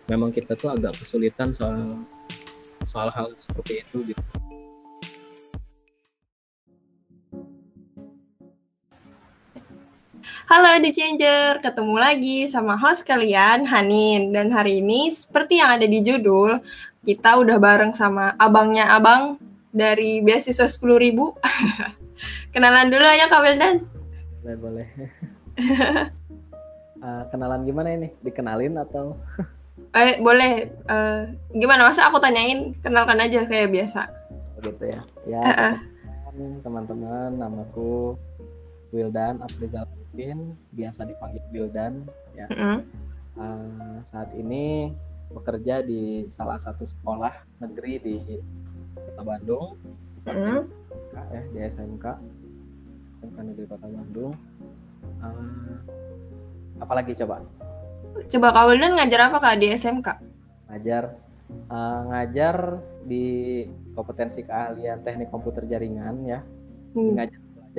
memang kita tuh agak kesulitan soal soal hal seperti itu gitu. Halo The Changer, ketemu lagi sama host kalian, Hanin. Dan hari ini, seperti yang ada di judul, kita udah bareng sama abangnya abang dari beasiswa 10.000. Kenalan dulu ya Kak Wildan. Boleh. Kenalan gimana ini? Dikenalin atau? Boleh. Gimana, masa aku tanyain? Kenalkan aja kayak biasa. Gitu ya. Ya, Uh, uh. perkenalkan teman-teman, namaku Wildan Afrizal Arifin, biasa dipanggil Wildan. Ya, Mm-mm. saat ini bekerja di salah satu sekolah negeri di Kota Bandung, tepatnya Mm-mm. di SMK Negeri Kota Bandung. Apalagi coba? Coba Kak Wildan ngajar apa Kak di SMK? Ngajar di kompetensi keahlian teknik komputer jaringan ya. Ngajar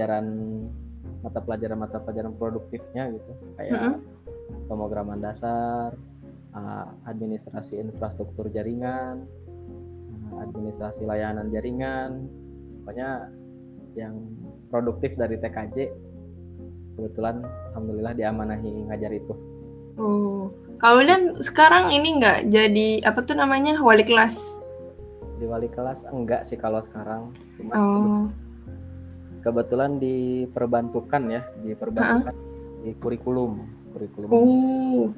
mata pelajaran produktifnya gitu, kayak Mm-mm. pemrograman dasar, administrasi infrastruktur jaringan, administrasi layanan jaringan, pokoknya yang produktif dari TKJ. Kebetulan alhamdulillah diamanahi ngajar itu. Oh, Kak Wildan sekarang ini nggak jadi apa tuh namanya wali kelas? Di wali kelas enggak sih kalau sekarang, cuman Oh. kebetulan diperbantukan Uh-uh. di kurikulum. Uh.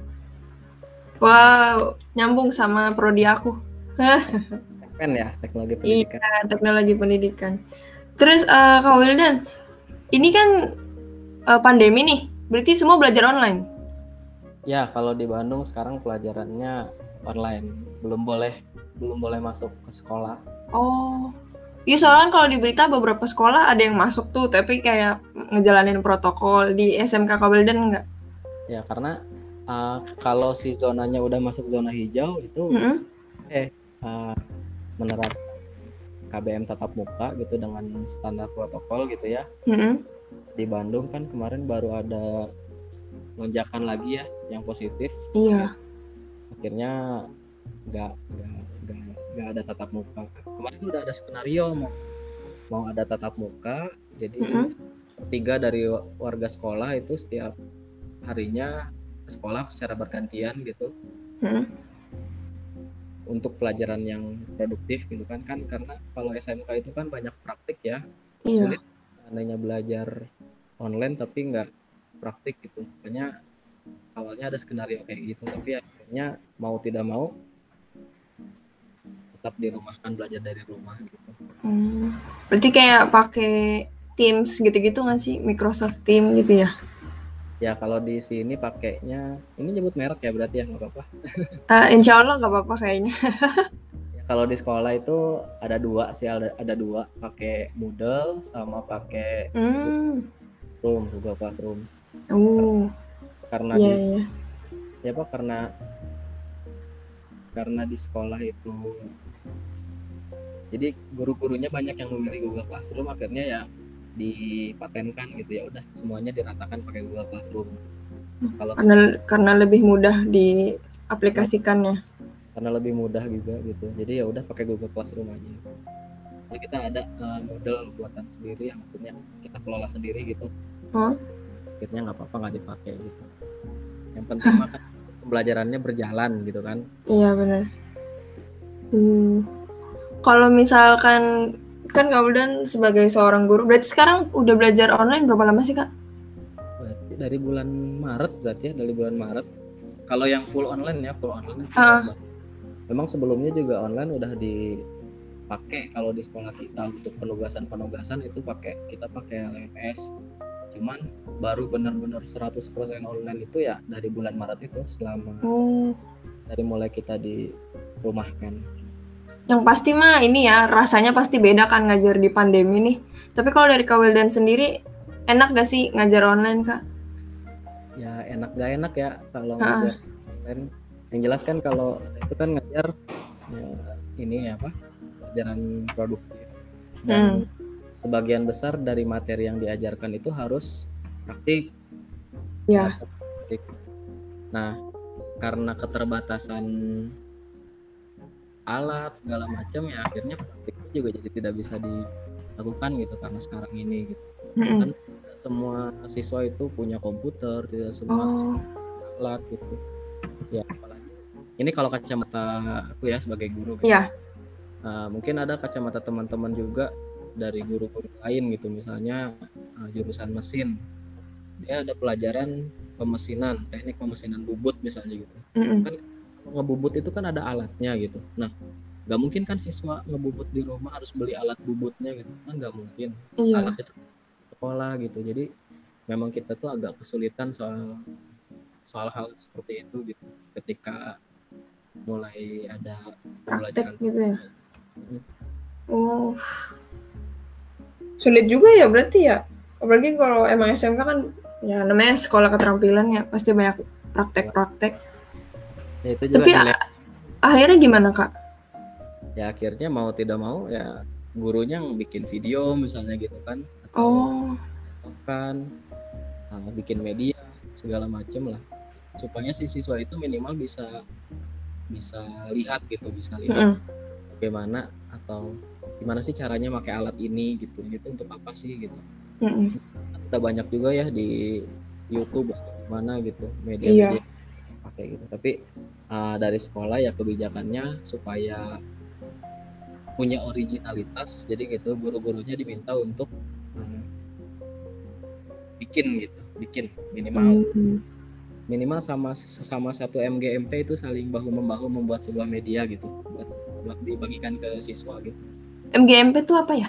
Wow, nyambung sama prodi aku. Tekpen ya, teknologi pendidikan. Iya, teknologi pendidikan. Terus Kak Wildan, ini kan pandemi nih, berarti semua belajar online. Ya, kalau di Bandung sekarang pelajarannya online, belum boleh masuk ke sekolah. Oh, iya soalnya kalau di berita beberapa sekolah ada yang masuk tuh, tapi kayak ngejalanin protokol. Di SMK Kak Wildan nggak? Ya, karena kalau si zonanya udah masuk zona hijau itu Mm-mm. uh, menerapkan KBM tatap muka gitu dengan standar protokol gitu ya. Mm-mm. Di Bandung kan kemarin baru ada lonjakan lagi ya yang positif. Iya. Akhirnya nggak ada tatap muka. Kemarin udah ada skenario mau ada tatap muka, jadi Mm-mm. tiga dari warga sekolah itu setiap harinya ke sekolah secara bergantian gitu Mm-mm. untuk pelajaran yang produktif gitu kan karena kalau SMK itu kan banyak praktik ya, Iya. sulit seandainya belajar online tapi nggak praktik gitu. Makanya awalnya ada skenario kayak gitu, tapi akhirnya mau tidak mau tetap di rumah kan, belajar dari rumah gitu. Berarti kayak pakai Teams gitu-gitu nggak sih? Microsoft Teams gitu ya? Ya kalau di sini pakainya, ini nyebut merek ya berarti ya nggak apa-apa. Insya Allah nggak apa-apa kayaknya. Ya, kalau di sekolah itu ada dua sih, ada dua, pakai Moodle sama pakai Hmm. Google Classroom. Oh, Karena iya di iya. ya apa karena di sekolah itu jadi guru-gurunya banyak yang memilih Google Classroom, akhirnya ya dipatenkan gitu, ya udah semuanya diratakan pakai Google Classroom. Kalau Karena lebih mudah diaplikasikannya. karena lebih mudah juga gitu, jadi ya udah pakai Google Classroom aja. Jadi kita ada model buatan sendiri, yang maksudnya kita kelola sendiri gitu. Oh, Akhirnya nggak apa-apa nggak dipakai gitu. Yang penting mah kan pembelajarannya berjalan gitu kan. iya benar. Hmm. Kalau misalkan kan Kak Wildan sebagai seorang guru, berarti sekarang udah belajar online berapa lama sih Kak? Berarti dari bulan Maret, berarti ya dari bulan Maret. Kalau yang full online itu Ah, memang sebelumnya juga online udah dipakai. Kalau di sekolah kita untuk penugasan itu kita pakai LMS. Cuman baru benar-benar 100% online itu ya dari bulan Maret itu, selama oh. dari mulai kita dirumahkan. Yang pasti mah ini ya, rasanya pasti beda kan ngajar di pandemi nih. Tapi kalau dari Kak Wildan sendiri, enak gak sih ngajar online Kak? Ya enak gak enak ya kalau Ah, ngajar online. Yang jelas kan kalau saya itu kan ngajar ya, ini ya apa, pelajaran produktif, dan hmm, sebagian besar dari materi yang diajarkan itu harus praktik, ya. harus praktik. Nah, karena keterbatasan alat segala macam ya akhirnya praktiknya juga jadi tidak bisa dilakukan gitu karena sekarang ini gitu. Mm-mm. Kan tidak semua siswa itu punya komputer, tidak semua Oh, alat gitu. Ya apalagi ini kalau kacamata aku ya sebagai guru gitu. iya. Mungkin ada kacamata teman-teman juga dari guru-guru lain gitu, misalnya jurusan mesin, dia ada pelajaran pemesinan, teknik pemesinan bubut misalnya gitu. Mm-mm. Kan kalau ngebubut itu kan ada alatnya gitu. Nah, nggak mungkin kan siswa ngebubut di rumah harus beli alat bubutnya gitu kan, nggak mungkin. Iya. Alat itu sekolah gitu. Jadi memang kita tuh agak kesulitan soal soal hal seperti itu gitu. Ketika mulai ada Praktek pembelajaran. gitu ya. Oh, sulit juga ya berarti ya. Apalagi kalau emang SMK kan ya namanya sekolah keterampilan ya, pasti banyak praktek-praktek. Ya itu juga Tapi nilai. akhirnya gimana, Kak? Ya akhirnya mau tidak mau ya gurunya bikin video misalnya gitu kan, atau Oh, kan bikin media segala macem lah, supaya si siswa itu minimal bisa bisa lihat gitu, bisa lihat mm-mm. bagaimana atau gimana sih caranya pakai alat ini gitu gitu untuk apa sih gitu. Mm-mm. Udah banyak juga ya di YouTube atau mana gitu media-media Iya. pakai gitu, tapi dari sekolah ya kebijakannya supaya punya originalitas, jadi gitu guru-gurunya diminta untuk bikin gitu, bikin minimal Hmm. minimal sama sesama satu MGMP itu saling bahu membahu membuat sebuah media gitu buat dibagikan ke siswa gitu. MGMP itu apa ya?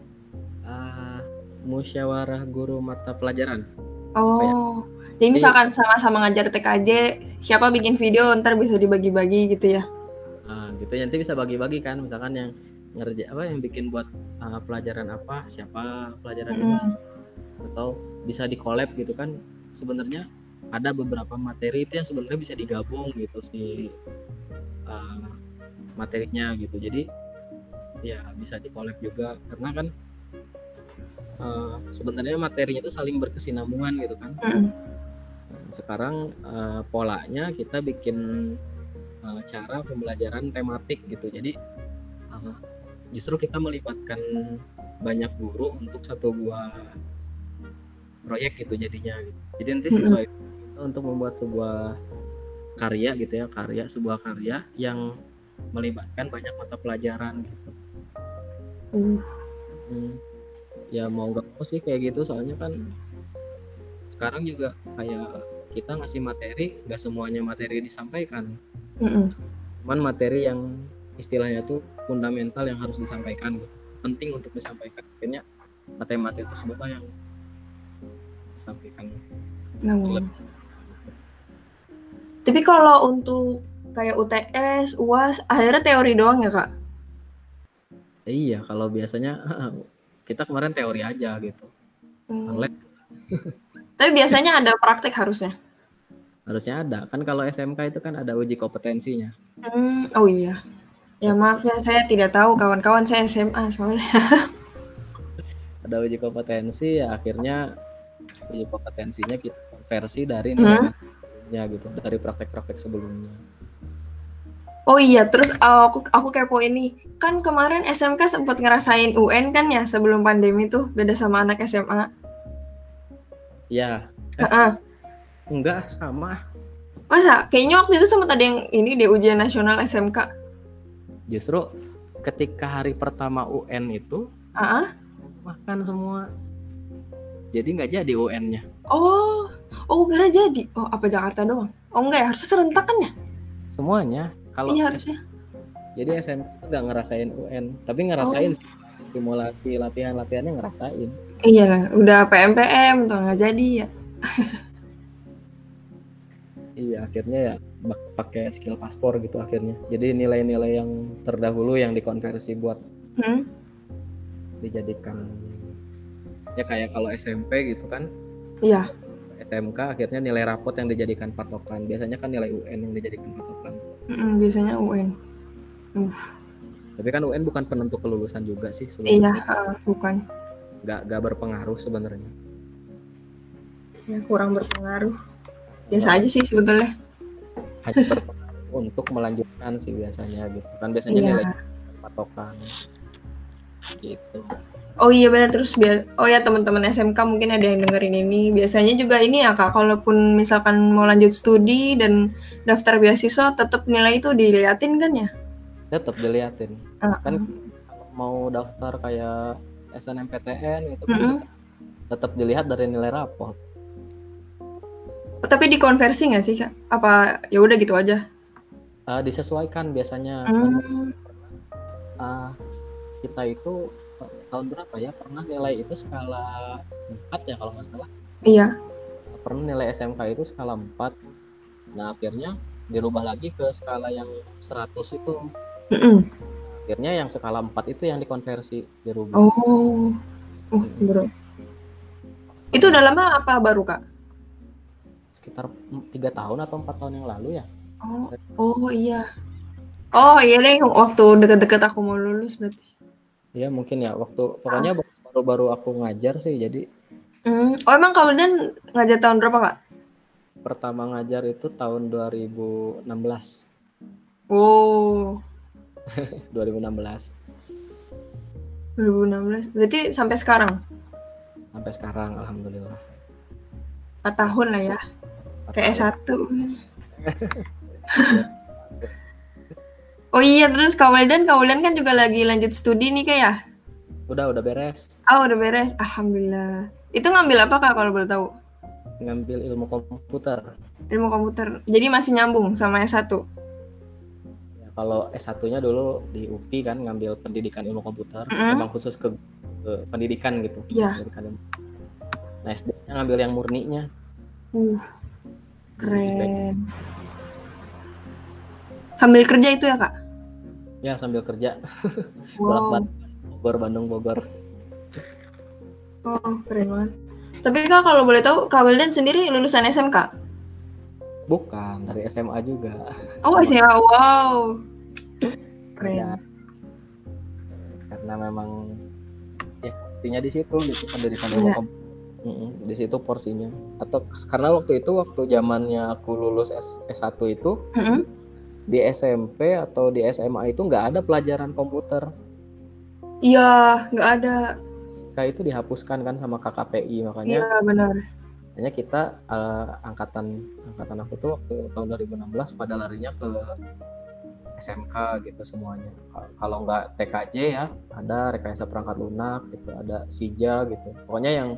Musyawarah guru mata pelajaran apa ya, Oh, jadi jadi misalkan sama-sama ngajar TKJ, siapa bikin video ntar bisa dibagi-bagi gitu ya? gitu nanti bisa bagi-bagi kan, misalkan yang ngerja apa yang bikin buat pelajaran apa siapa, pelajaran ini Mm-mm. siapa, atau bisa di collab gitu kan. Sebenarnya ada beberapa materi itu yang sebenarnya bisa digabung gitu si uh, materinya gitu, jadi ya bisa di collab juga karena kan sebenarnya materinya itu saling berkesinambungan gitu kan. Mm-mm. Sekarang polanya kita bikin cara pembelajaran tematik gitu, jadi justru kita melibatkan banyak guru untuk satu buah proyek gitu jadinya gitu. Jadi nanti siswa itu untuk membuat sebuah karya gitu ya, sebuah karya yang melibatkan banyak mata pelajaran gitu. Ya mau nggak mau sih kayak gitu, soalnya kan sekarang juga kayak kita ngasih materi nggak semuanya materi disampaikan. Mm-mm. Cuman materi yang istilahnya tuh fundamental yang harus disampaikan gitu, penting untuk disampaikan, akhirnya materi-materi tersebut lah yang disampaikan. Nah, tapi kalau untuk kayak UTS, UAS, akhirnya teori doang ya, Kak? Iya, kalau biasanya kita kemarin teori aja gitu. Online Tapi biasanya ada praktek harusnya. harusnya ada. Kan kalau SMK itu kan ada uji kompetensinya. Oh iya. Ya maaf ya, saya tidak tahu kawan-kawan saya SMA soalnya. Ada uji kompetensi ya akhirnya uji kompetensinya kita konversi dari nilai-nilai sebelumnya gitu, dari praktek-praktek sebelumnya. Oh iya, terus aku kepo ini. Kan kemarin SMK sempat ngerasain UN kan ya sebelum pandemi tuh, beda sama anak SMA. Ya, Heeh. enggak sama. Masa? Kayaknya waktu itu sempat ada yang ini deh ujian nasional SMK. Justru ketika hari pertama UN itu Ah? makan semua. Jadi nggak jadi UN-nya. Oh, kira jadi. Oh, apa Jakarta doang? Oh enggak ya, harusnya serentak kan ya? Semuanya. Kalau Iya harusnya. jadi SMK itu nggak ngerasain UN, tapi ngerasain simulasi latihan-latihannya ngerasain. Iya lah, udah PMPM tuh nggak jadi ya. Iya, akhirnya ya pakai skill paspor gitu akhirnya. Jadi nilai-nilai yang terdahulu yang dikonversi buat dijadikan ya kayak kalau SMP gitu kan. Iya. SMK akhirnya nilai rapot yang dijadikan patokan. Biasanya kan nilai UN yang dijadikan patokan. Biasanya UN. Tapi kan UN bukan penentu kelulusan juga sih Iya, sebenarnya. bukan. Nggak berpengaruh sebenarnya. Ya kurang berpengaruh. Biasa aja sih sebetulnya. hanya berpengaruh untuk melanjutkan sih biasanya gitu kan, biasanya Iya. nilai patokan gitu. Oh iya benar, terus oh ya teman-teman SMK mungkin ada yang dengerin ini. Biasanya juga ini ya Kak, kalaupun misalkan mau lanjut studi dan daftar beasiswa tetap nilai itu diliatin kan ya? Tetap diliatin kan, Uh-uh. kalau mau daftar kayak SNMPTN itu kan Mm-mm. tetap dilihat dari nilai rapor. Tapi dikonversi nggak sih Kak? Apa ya udah gitu aja? Disesuaikan biasanya kan. Hmm. Kita itu tahun berapa ya pernah nilai itu skala 4 ya kalau nggak salah. Iya. Pernah nilai SMK itu skala 4. Nah akhirnya dirubah lagi ke skala yang 100 itu. Mm-mm. Akhirnya yang skala 4 itu yang dikonversi, dirubah. Oh, bro. Itu udah lama apa baru Kak? Sekitar 3 tahun atau 4 tahun yang lalu ya. Oh iya. Oh iya deh, waktu deket-deket aku mau lulus berarti. Iya mungkin ya, waktu pokoknya baru-baru aku ngajar sih, jadi Oh emang Kak Wildan ngajar tahun berapa Kak? pertama ngajar itu tahun 2016. Oh, 2016 2016. Berarti sampai sekarang? sampai sekarang alhamdulillah 4 tahun lah ya. 4 Kayak tahun. S1. Oh iya, terus Kak Wildan kan juga lagi lanjut studi nih Kak ya? Udah beres. Oh udah beres, alhamdulillah. Itu ngambil apa Kak kalau boleh tahu? Ngambil ilmu komputer. Ilmu komputer. Jadi masih nyambung sama S1? Ya, kalau S1-nya dulu di UPI kan ngambil pendidikan ilmu komputer, memang khusus ke pendidikan gitu. Iya. Nah SD-nya ngambil yang murninya. Keren. Sambil kerja itu ya Kak? Ya sambil kerja. Wow. Bogor. Oh keren banget. Tapi Kak kalau boleh tahu Kak Wildan sendiri lulusan SMK? Bukan, dari SMA juga. Oh SMA, wow. Keren. Ya, karena memang ya porsinya di situ gitu, pendidikan ilmu komputer. Di situ porsinya. Atau karena waktu zamannya aku lulus S1 itu di SMP atau di SMA itu nggak ada pelajaran komputer. Iya, nggak ada. Kayak itu dihapuskan kan sama KKPI, makanya. Iya benar. Makanya kita angkatan aku tuh waktu tahun 2016 pada larinya ke SMK gitu semuanya. Kalau nggak TKJ ya ada rekayasa perangkat lunak gitu, ada SIJA gitu. Pokoknya yang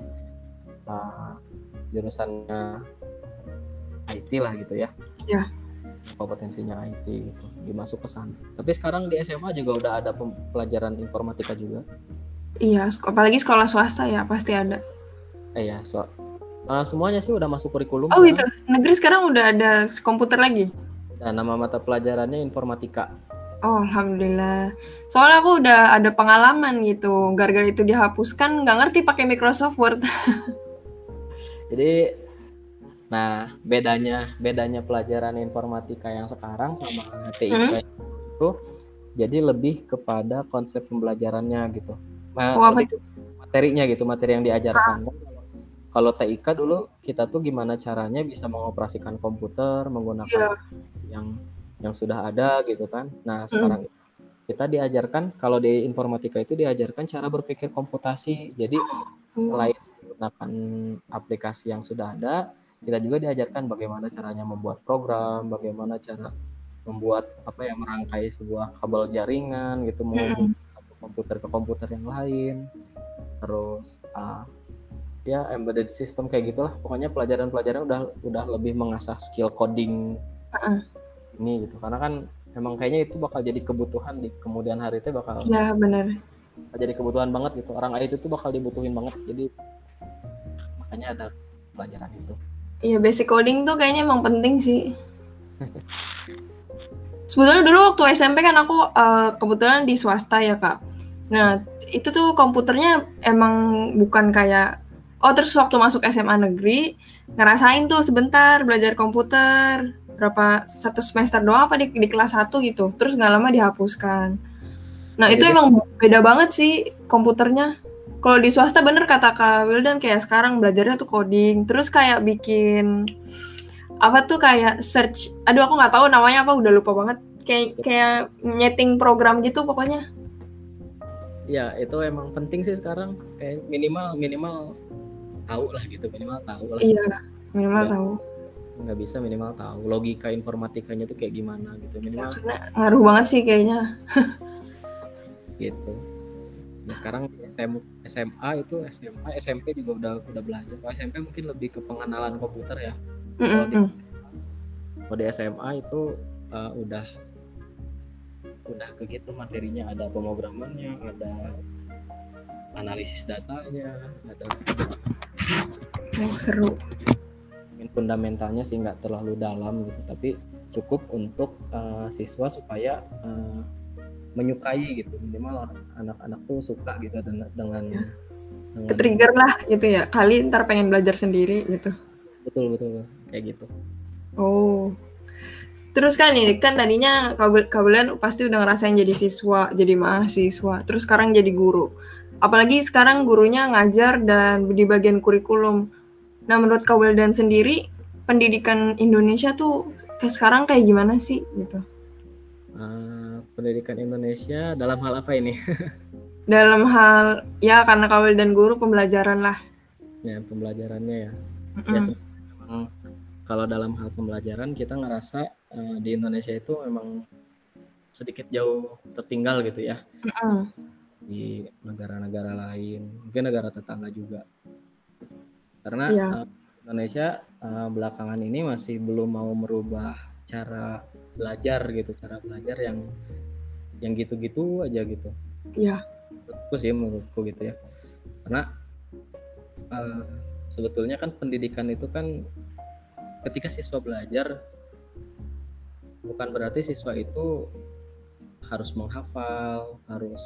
jurusannya IT lah gitu ya. Iya. Kompetensinya IT gitu, dimasuk ke sana. Tapi sekarang di SMA juga udah ada pelajaran informatika juga. Iya, apalagi sekolah swasta ya pasti ada. Iya, semuanya sih udah masuk kurikulum. Oh gitu, negeri sekarang udah ada komputer lagi? Udah, nama mata pelajarannya informatika. Oh alhamdulillah. Soalnya aku udah ada pengalaman gitu, gara-gara itu dihapuskan, nggak ngerti pakai Microsoft Word. Jadi, nah bedanya pelajaran informatika yang sekarang sama TIK itu, jadi lebih kepada konsep pembelajarannya gitu. Apa itu? Materinya gitu, materi yang diajarkan. Kalau TIK dulu kita tuh gimana caranya bisa mengoperasikan komputer menggunakan yang sudah ada gitu kan. Nah sekarang kita diajarkan, kalau di informatika itu diajarkan cara berpikir komputasi. Jadi selain menggunakan aplikasi yang sudah ada, kita juga diajarkan bagaimana caranya membuat program, bagaimana cara membuat merangkai sebuah kabel jaringan gitu, menghubungkan satu komputer ke komputer yang lain. Terus ya embedded system kayak gitulah. Pokoknya pelajaran-pelajaran udah lebih mengasah skill coding ini gitu. Karena kan emang kayaknya itu bakal jadi kebutuhan di kemudian hari itu bakal. Iya benar. Jadi kebutuhan banget gitu. Orang IT itu bakal dibutuhin banget. Jadi makanya ada pelajaran itu. Iya, basic coding tuh kayaknya emang penting sih. Sebetulnya dulu waktu SMP kan aku kebetulan di swasta ya Kak. Nah itu tuh komputernya emang bukan kayak terus waktu masuk SMA negeri ngerasain tuh sebentar belajar komputer berapa 1 semester doang apa di kelas 1 gitu. Terus nggak lama dihapuskan. Nah itu emang beda banget sih komputernya. Kalau di swasta bener kata Kak Wildan kayak sekarang belajarnya tuh coding, terus kayak bikin apa tuh kayak search, aduh aku nggak tahu namanya apa, udah lupa banget, kayak nyeting program gitu pokoknya. Ya itu emang penting sih sekarang, kayak minimal tahu lah gitu, minimal tahu lah. Iya, minimal nggak tahu. nggak bisa minimal tahu logika informatikanya tuh kayak gimana gitu, Ya, minimal karena ngaruh banget sih kayaknya. gitu. Nah sekarang SMA itu SMA SMP juga udah belajar. Kalau SMP mungkin lebih ke pengenalan komputer ya. Kalau di Mm-mm. SMA itu udah ke gitu materinya, ada pemrogramannya, ada analisis datanya, ada Oh, seru. fundamentalnya sih nggak terlalu dalam gitu, tapi cukup untuk siswa supaya menyukai gitu, minimal anak-anak tuh suka gitu dengan Ya. Ke-trigger lah gitu ya, kali ntar pengen belajar sendiri gitu. betul kayak gitu. Oh, terus kan ini kan tadinya kalian pasti udah ngerasain jadi siswa, jadi mahasiswa, terus sekarang jadi guru. Apalagi sekarang gurunya ngajar dan di bagian kurikulum. Nah, menurut Kak Wildan sendiri, pendidikan Indonesia tuh sekarang kayak gimana sih gitu? Pendidikan Indonesia dalam hal apa ini? Dalam hal, ya karena Kak Wildan guru, pembelajaran lah. Ya pembelajarannya ya. Ya Mm-mm. memang kalau dalam hal pembelajaran kita ngerasa di Indonesia itu memang sedikit jauh tertinggal gitu ya Mm-mm. di negara-negara lain, mungkin negara tetangga juga. Karena Iya, Indonesia belakangan ini masih belum mau merubah cara belajar gitu, cara belajar yang gitu-gitu aja gitu. iya, Menurutku gitu ya. Karena sebetulnya kan pendidikan itu kan ketika siswa belajar bukan berarti siswa itu harus menghafal, harus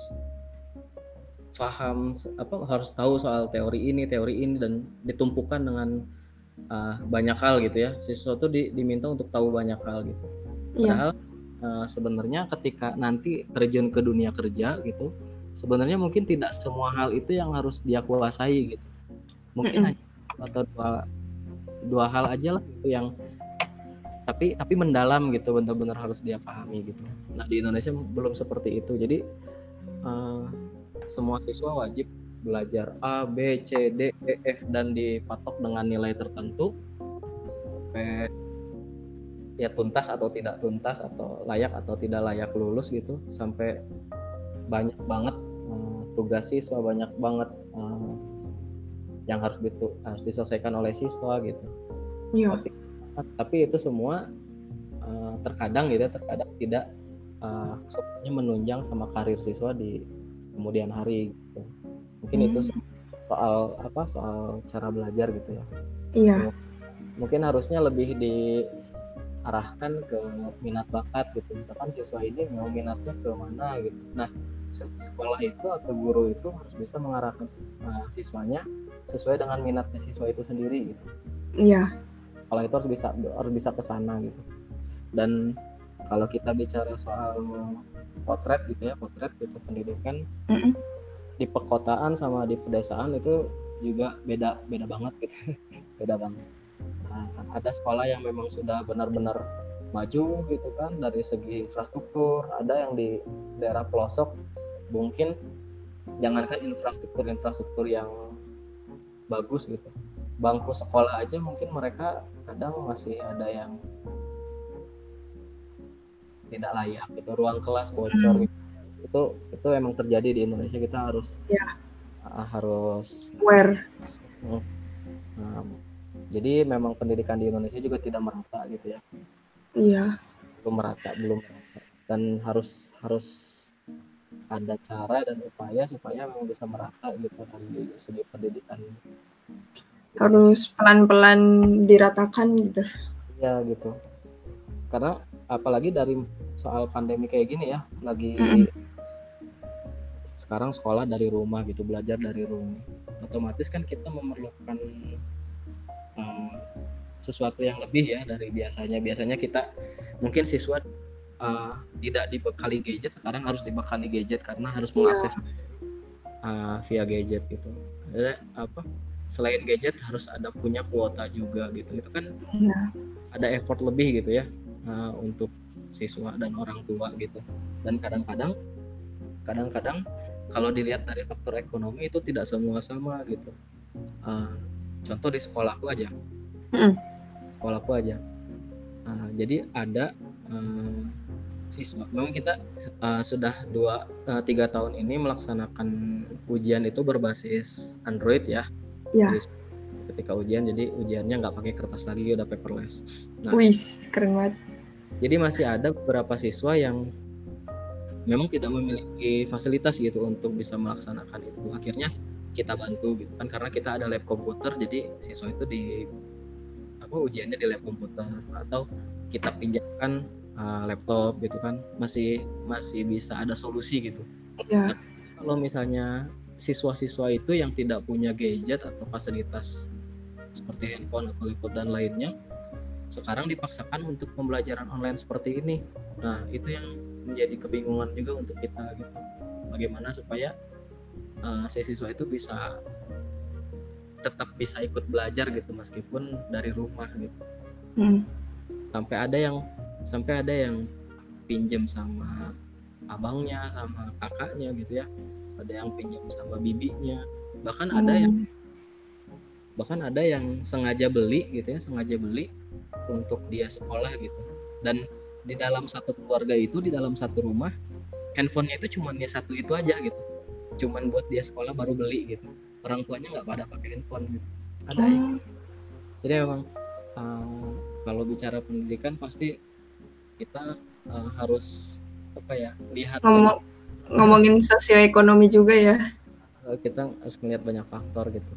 paham harus tahu soal teori ini dan ditumpukan dengan banyak hal gitu ya. Siswa tuh diminta untuk tahu banyak hal gitu. iya, Padahal sebenarnya ketika nanti terjun ke dunia kerja gitu, sebenarnya mungkin tidak semua hal itu yang harus dia kuasai gitu. Mungkin mm-mm. hanya atau dua hal aja lah gitu yang tapi mendalam gitu, benar-benar harus dia pahami gitu. Nah di Indonesia belum seperti itu, jadi semua siswa wajib belajar A, B, C, D, E, F dan dipatok dengan nilai tertentu sampai ya tuntas atau tidak tuntas, atau layak atau tidak layak lulus gitu, sampai banyak banget tugas siswa, banyak banget yang harus diselesaikan oleh siswa gitu. Iya, Tapi itu semua terkadang tidak semuanya menunjang sama karir siswa di kemudian hari gitu. Mungkin itu soal cara belajar gitu ya. iya, Mungkin harusnya lebih diarahkan ke minat bakat gitu. Misalkan siswa ini mau minatnya ke mana gitu. Nah, sekolah itu atau guru itu harus bisa mengarahkan siswanya sesuai dengan minatnya siswa itu sendiri gitu. iya, Kalau itu harus bisa ke sana gitu. Dan kalau kita bicara soal potret gitu pendidikan mm-mm. di perkotaan sama di pedesaan itu juga beda banget gitu. Beda banget. Nah, ada sekolah yang memang sudah benar-benar maju gitu kan dari segi infrastruktur, ada yang di daerah pelosok mungkin jangankan infrastruktur yang bagus gitu, bangku sekolah aja mungkin mereka kadang masih ada yang tidak layak gitu, ruang kelas bocor gitu. Itu emang terjadi di Indonesia, kita harus Iya, aware. aware. Jadi memang pendidikan di Indonesia juga tidak merata gitu ya, Iya, belum merata dan harus ada cara dan upaya supaya memang bisa merata gitu dari segi pendidikan Indonesia. harus pelan-pelan diratakan gitu. Ya gitu, karena apalagi dari soal pandemi kayak gini ya, lagi Mm-mm. sekarang sekolah dari rumah gitu, belajar dari rumah, otomatis kan kita memerlukan sesuatu yang lebih ya dari biasanya kita mungkin siswa tidak dibekali gadget, sekarang harus dibekali gadget karena harus mengakses via gadget gitu. Jadi selain gadget harus ada punya kuota juga gitu, itu kan Iya, ada effort lebih gitu ya untuk siswa dan orang tua gitu. Dan kadang-kadang kalau dilihat dari faktor ekonomi itu tidak semua sama gitu. Contoh di sekolahku aja. Jadi ada siswa. Memang kita sudah 3 tahun ini melaksanakan ujian itu berbasis Android ya. Ya. Jadi ketika ujian, jadi ujiannya nggak pakai kertas lagi, udah paperless. Nah, Wis, keren banget. jadi masih ada beberapa siswa yang memang tidak memiliki fasilitas gitu untuk bisa melaksanakan itu. Akhirnya kita bantu gitu kan, karena kita ada lab komputer, jadi siswa itu ujiannya di lab komputer, atau kita pinjamkan laptop gitu kan, masih bisa ada solusi gitu. Iya. Kalau misalnya siswa-siswa itu yang tidak punya gadget atau fasilitas seperti handphone atau laptop dan lainnya, sekarang dipaksakan untuk pembelajaran online seperti ini. Nah, itu yang menjadi kebingungan juga untuk kita gitu. Bagaimana supaya si siswa itu tetap bisa ikut belajar gitu meskipun dari rumah gitu. Sampai ada yang pinjam sama abangnya, sama kakaknya gitu ya. Ada yang pinjam sama bibinya. Bahkan ada yang sengaja beli untuk dia sekolah gitu. Dan di dalam satu keluarga itu, di dalam satu rumah, handphonenya itu cuma dia satu itu aja gitu, cuman buat dia sekolah baru beli gitu. Orang tuanya nggak pada pakai handphone gitu. Ada ya. Jadi memang kalau bicara pendidikan pasti kita harus lihat ngomongin sosioekonomi juga ya. Kita harus melihat banyak faktor gitu.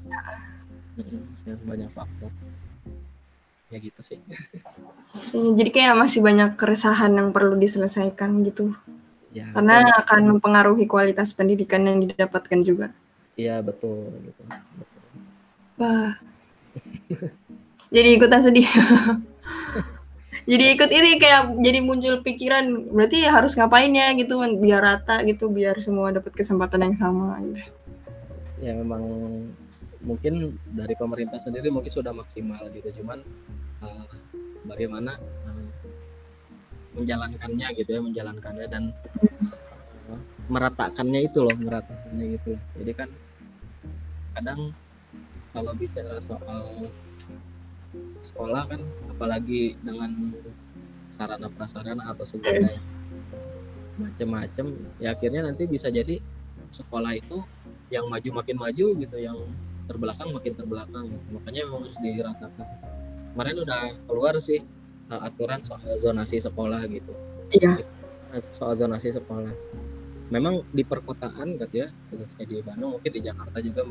Ya gitu sih. Jadi kayak masih banyak keresahan yang perlu diselesaikan gitu. Ya, karena akan mempengaruhi kualitas pendidikan yang didapatkan juga. Iya, betul gitu. Wah. Jadi ikutan sedih. Jadi ikut ini kayak jadi muncul pikiran, berarti harus ngapain ya gitu biar rata gitu, biar semua dapat kesempatan yang sama gitu. Ya memang mungkin dari pemerintah sendiri mungkin sudah maksimal gitu, cuman bagaimana menjalankannya dan meratakannya gitu. Jadi kan kadang kalau bicara soal sekolah kan, apalagi dengan sarana prasarana atau segala yang macam-macam, ya akhirnya nanti bisa jadi sekolah itu yang maju makin maju gitu, yang terbelakang makin terbelakang gitu. Makanya memang harus diratakan. Kemarin udah keluar sih aturan soal zonasi sekolah gitu. Iya. Soal zonasi sekolah. Memang di perkotaan gitu ya, khususnya di Bandung, mungkin di Jakarta juga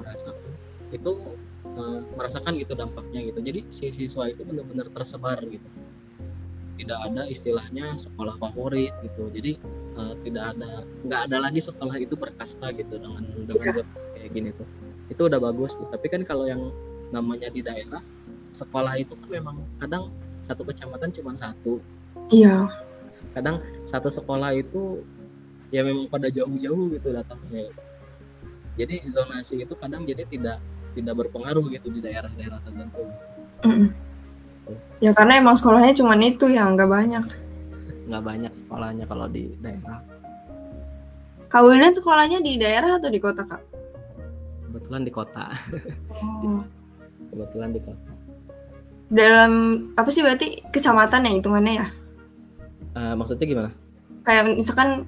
merasakan gitu dampaknya gitu. Jadi si siswa itu benar-benar tersebar gitu. Tidak ada istilahnya sekolah favorit gitu. Jadi nggak ada lagi sekolah itu berkasta gitu dengan zona kayak gini tuh. Itu udah bagus gitu. Tapi kan kalau yang namanya di daerah, sekolah itu kan memang kadang satu kecamatan cuma satu. Iya. Kadang satu sekolah itu ya memang pada jauh-jauh gitu datangnya. Jadi zonasi itu kadang jadi tidak berpengaruh gitu di daerah-daerah tertentu. Ya karena emang sekolahnya cuma itu ya, nggak banyak. Nggak banyak sekolahnya kalau di daerah. Kak Wildan sekolahnya di daerah atau di kota, Kak? Kebetulan di kota. Kebetulan di kota. Dalam apa sih berarti kecamatan ya hitungannya ya? Maksudnya gimana? Kayak misalkan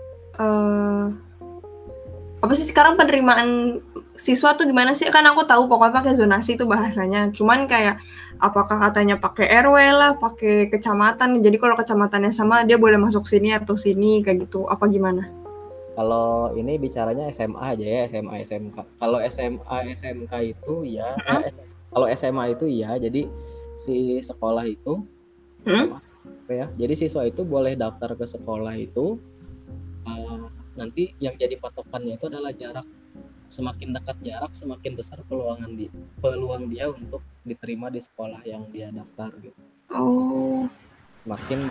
apa sih sekarang penerimaan siswa tuh gimana sih? Kan aku tahu pokoknya pakai zonasi itu bahasanya. Cuman kayak apakah katanya pakai RW lah, pakai kecamatan. Jadi kalau kecamatannya sama dia boleh masuk sini atau sini kayak gitu. Apa gimana? Kalau ini bicaranya SMA aja ya, SMA SMK. Kalau SMA SMK itu ya, kalau SMA itu ya, jadi si sekolah itu ya, jadi siswa itu boleh daftar ke sekolah itu. Nanti yang jadi patokannya itu adalah jarak. Semakin dekat jarak, semakin besar peluang dia untuk diterima di sekolah yang dia daftar gitu. Oh. Semakin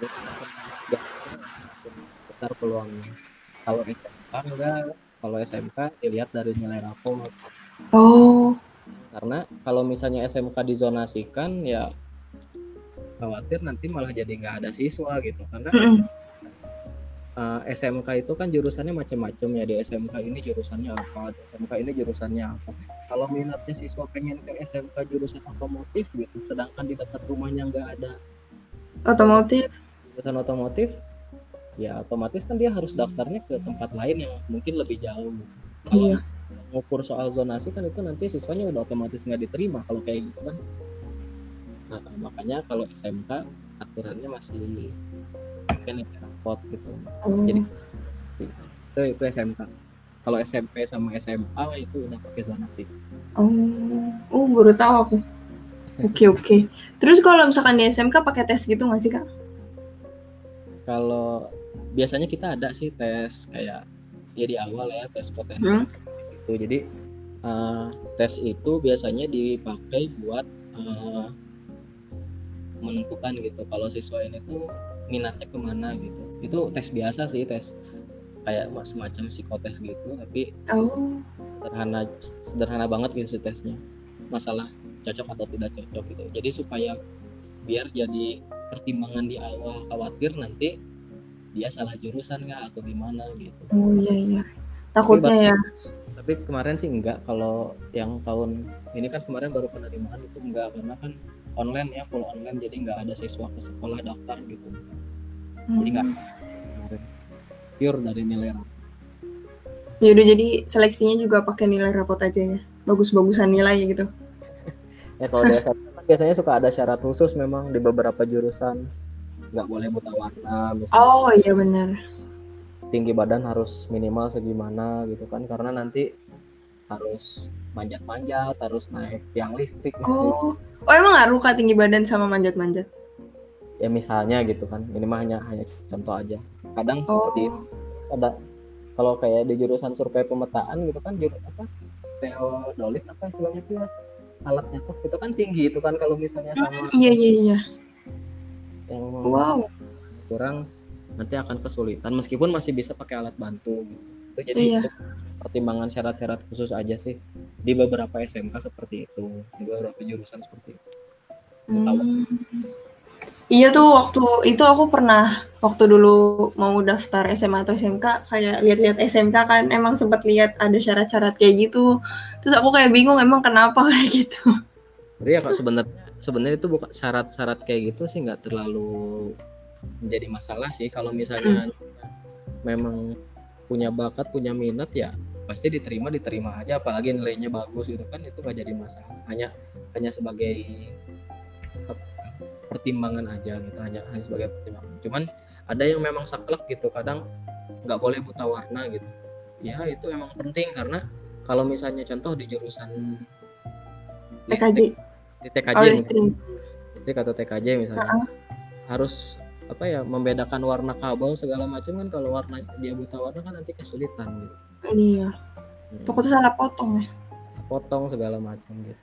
besar peluangnya. Kalau SMK enggak, kalau SMK dilihat dari nilai rapor. Oh. Karena kalau misalnya SMK dizonasikan ya khawatir nanti malah jadi nggak ada siswa gitu, karena Mm-mm. SMK itu kan jurusannya macam-macam ya. Di SMK ini jurusannya apa, di SMK ini jurusannya apa. Kalau minatnya siswa pengen ke SMK jurusan otomotif gitu, sedangkan di dekat rumahnya nggak ada Otomotif. jurusan otomotif, ya otomatis kan dia harus daftarnya ke tempat lain yang mungkin lebih jauh. Kalau Iya. ngukur soal zonasi kan itu nanti siswanya udah otomatis nggak diterima kalau kayak gitu kan. Nah, makanya kalau SMK aturannya masih kan rapot gitu. Jadi Oh. itu SMK. Kalau SMP sama SMA itu udah pakai zonasi. Oh, baru tahu aku. Oke. Terus kalau misalkan di SMK pakai tes gitu nggak sih, Kak? Kalau biasanya kita ada sih tes kayak ya di awal ya, tes potensi Hmm? itu. Jadi tes itu biasanya dipakai buat menentukan gitu kalau siswa ini tuh minatnya kemana gitu. Itu tes biasa sih, tes kayak semacam psikotes gitu, tapi Oh. sederhana sederhana banget gitu sih tesnya. Masalah cocok atau tidak cocok gitu. Jadi supaya biar jadi pertimbangan di awal, khawatir nanti dia salah jurusan nggak atau gimana gitu. Oh iya. Tapi Takutnya ya. tapi kemarin sih enggak, kalau yang tahun ini kan kemarin baru penerimaan itu enggak, karena kan online ya, full online, jadi nggak ada siswa ke sekolah daftar gitu. Jadi nggak kemarin pure dari nilai rapor. Ya udah, jadi seleksinya juga pakai nilai rapot aja ya. Bagus-bagusan nilai gitu. Ya kalau di SMA kan biasanya suka ada syarat khusus memang di beberapa jurusan, nggak boleh buta warna misalnya, Oh iya benar. tinggi badan harus minimal segimana gitu kan, karena nanti harus manjat-manjat, harus naik tiang listrik misalnya. Oh emang ngaruh Kak tinggi badan sama manjat-manjat? Ya misalnya gitu kan, ini mah hanya contoh aja, kadang seperti itu. Oh. Ada kalau kayak di jurusan survei pemetaan gitu kan, teodolit apa istilahnya tuh ya, alatnya tuh itu kan tinggi itu kan, kalau misalnya sama Iya. yang Wow. kurang nanti akan kesulitan meskipun masih bisa pakai alat bantu gitu. Itu jadi Iya. itu pertimbangan syarat-syarat khusus aja sih di beberapa SMK seperti itu, di beberapa jurusan seperti itu. Hmm. Iya tuh, waktu itu aku pernah, waktu dulu mau daftar SMA atau SMK, kayak lihat-lihat SMK kan, emang sempat lihat ada syarat-syarat kayak gitu. Terus aku kayak bingung emang kenapa kayak gitu. Jadi ya kak, sebenarnya itu bukan syarat-syarat kayak gitu sih, nggak terlalu menjadi masalah sih. Kalau misalnya memang punya bakat, punya minat, ya pasti diterima aja, apalagi nilainya bagus gitu kan, itu nggak jadi masalah. Hanya sebagai pertimbangan aja gitu, hanya sebagai pertimbangan. Cuman ada yang memang saklek gitu, kadang nggak boleh buta warna gitu. Ya itu emang penting, karena kalau misalnya contoh di jurusan TKJ. listrik, di TKJ Oh, mungkin, listrik. listrik atau TKJ misalnya, harus apa ya, membedakan warna kabel segala macam kan. Kalau warna dia buta warna kan nanti kesulitan gitu. Iya. Takutnya salah potong ya. Potong segala macam gitu.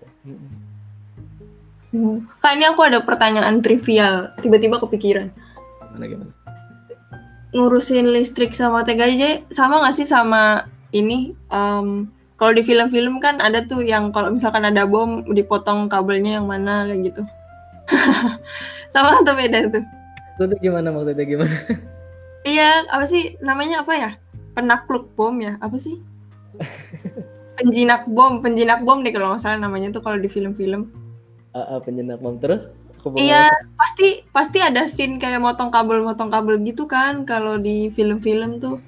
Kak, ini aku ada pertanyaan trivial, tiba-tiba kepikiran. Gimana? Ngurusin listrik sama TKJ sama nggak sih sama ini? Kalau di film-film kan ada tuh yang kalau misalkan ada bom dipotong kabelnya yang mana kayak gitu. Sama atau beda tuh? Maksudnya gimana? Iya, apa sih namanya, apa ya? Penakluk bom ya? Apa sih? Penjinak bom deh kalau nggak salah namanya tuh kalau di film-film. Penjinak bom. Terus Iya, hubungannya pasti ada scene kayak motong kabel gitu kan kalau di film-film tuh.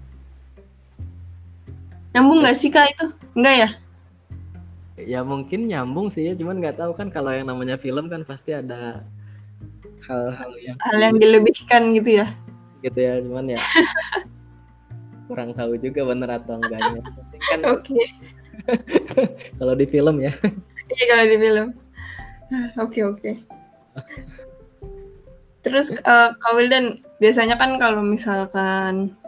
Nyambung nggak sih Kak itu? Enggak ya? ya mungkin nyambung sih ya, cuman nggak tahu kan, kalau yang namanya film kan pasti ada hal-hal yang Hal yang dilebihkan gitu ya? gitu ya, cuman ya kurang tahu juga bener atau enggaknya. Penting kan Oke. kalau di film ya. Iya kalau di film. Oke. Terus Kak Wildan, biasanya kan kalau misalkan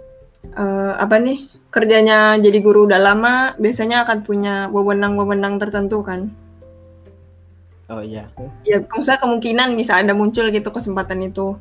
kerjanya jadi guru udah lama, biasanya akan punya wewenang-wewenang tertentu kan? Oh iya. Ya, misalnya kemungkinan bisa ada muncul gitu kesempatan itu.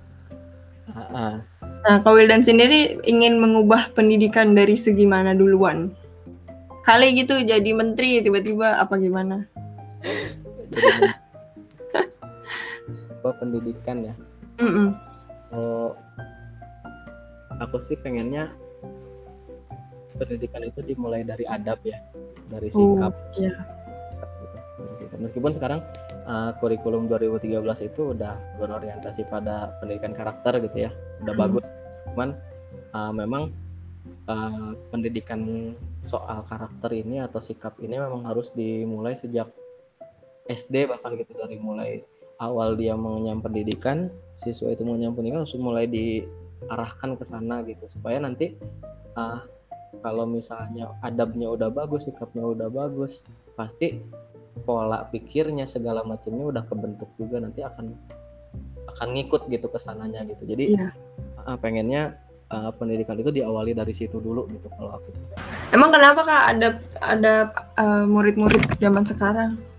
Nah, Kak Wildan sendiri ingin mengubah pendidikan dari segi mana duluan? Kali gitu jadi menteri tiba-tiba apa gimana? pendidikan ya. Mm-mm. Kalau aku sih pengennya pendidikan itu dimulai dari adab ya, dari sikap. Iya. Meskipun sekarang kurikulum 2013 itu udah berorientasi pada pendidikan karakter gitu ya, udah bagus. Cuman memang pendidikan soal karakter ini atau sikap ini memang harus dimulai sejak SD, bahkan gitu, dari mulai awal dia mengenyam pendidikan, siswa itu mengenyam pendidikan harus mulai diarahkan ke sana gitu, supaya nanti kalau misalnya adabnya udah bagus, sikapnya udah bagus, pasti pola pikirnya segala macamnya udah kebentuk juga, nanti akan ngikut gitu ke sananya gitu. Jadi pengennya pendidikan itu diawali dari situ dulu gitu kalau aku. Emang kenapa Kak ada murid-murid zaman sekarang?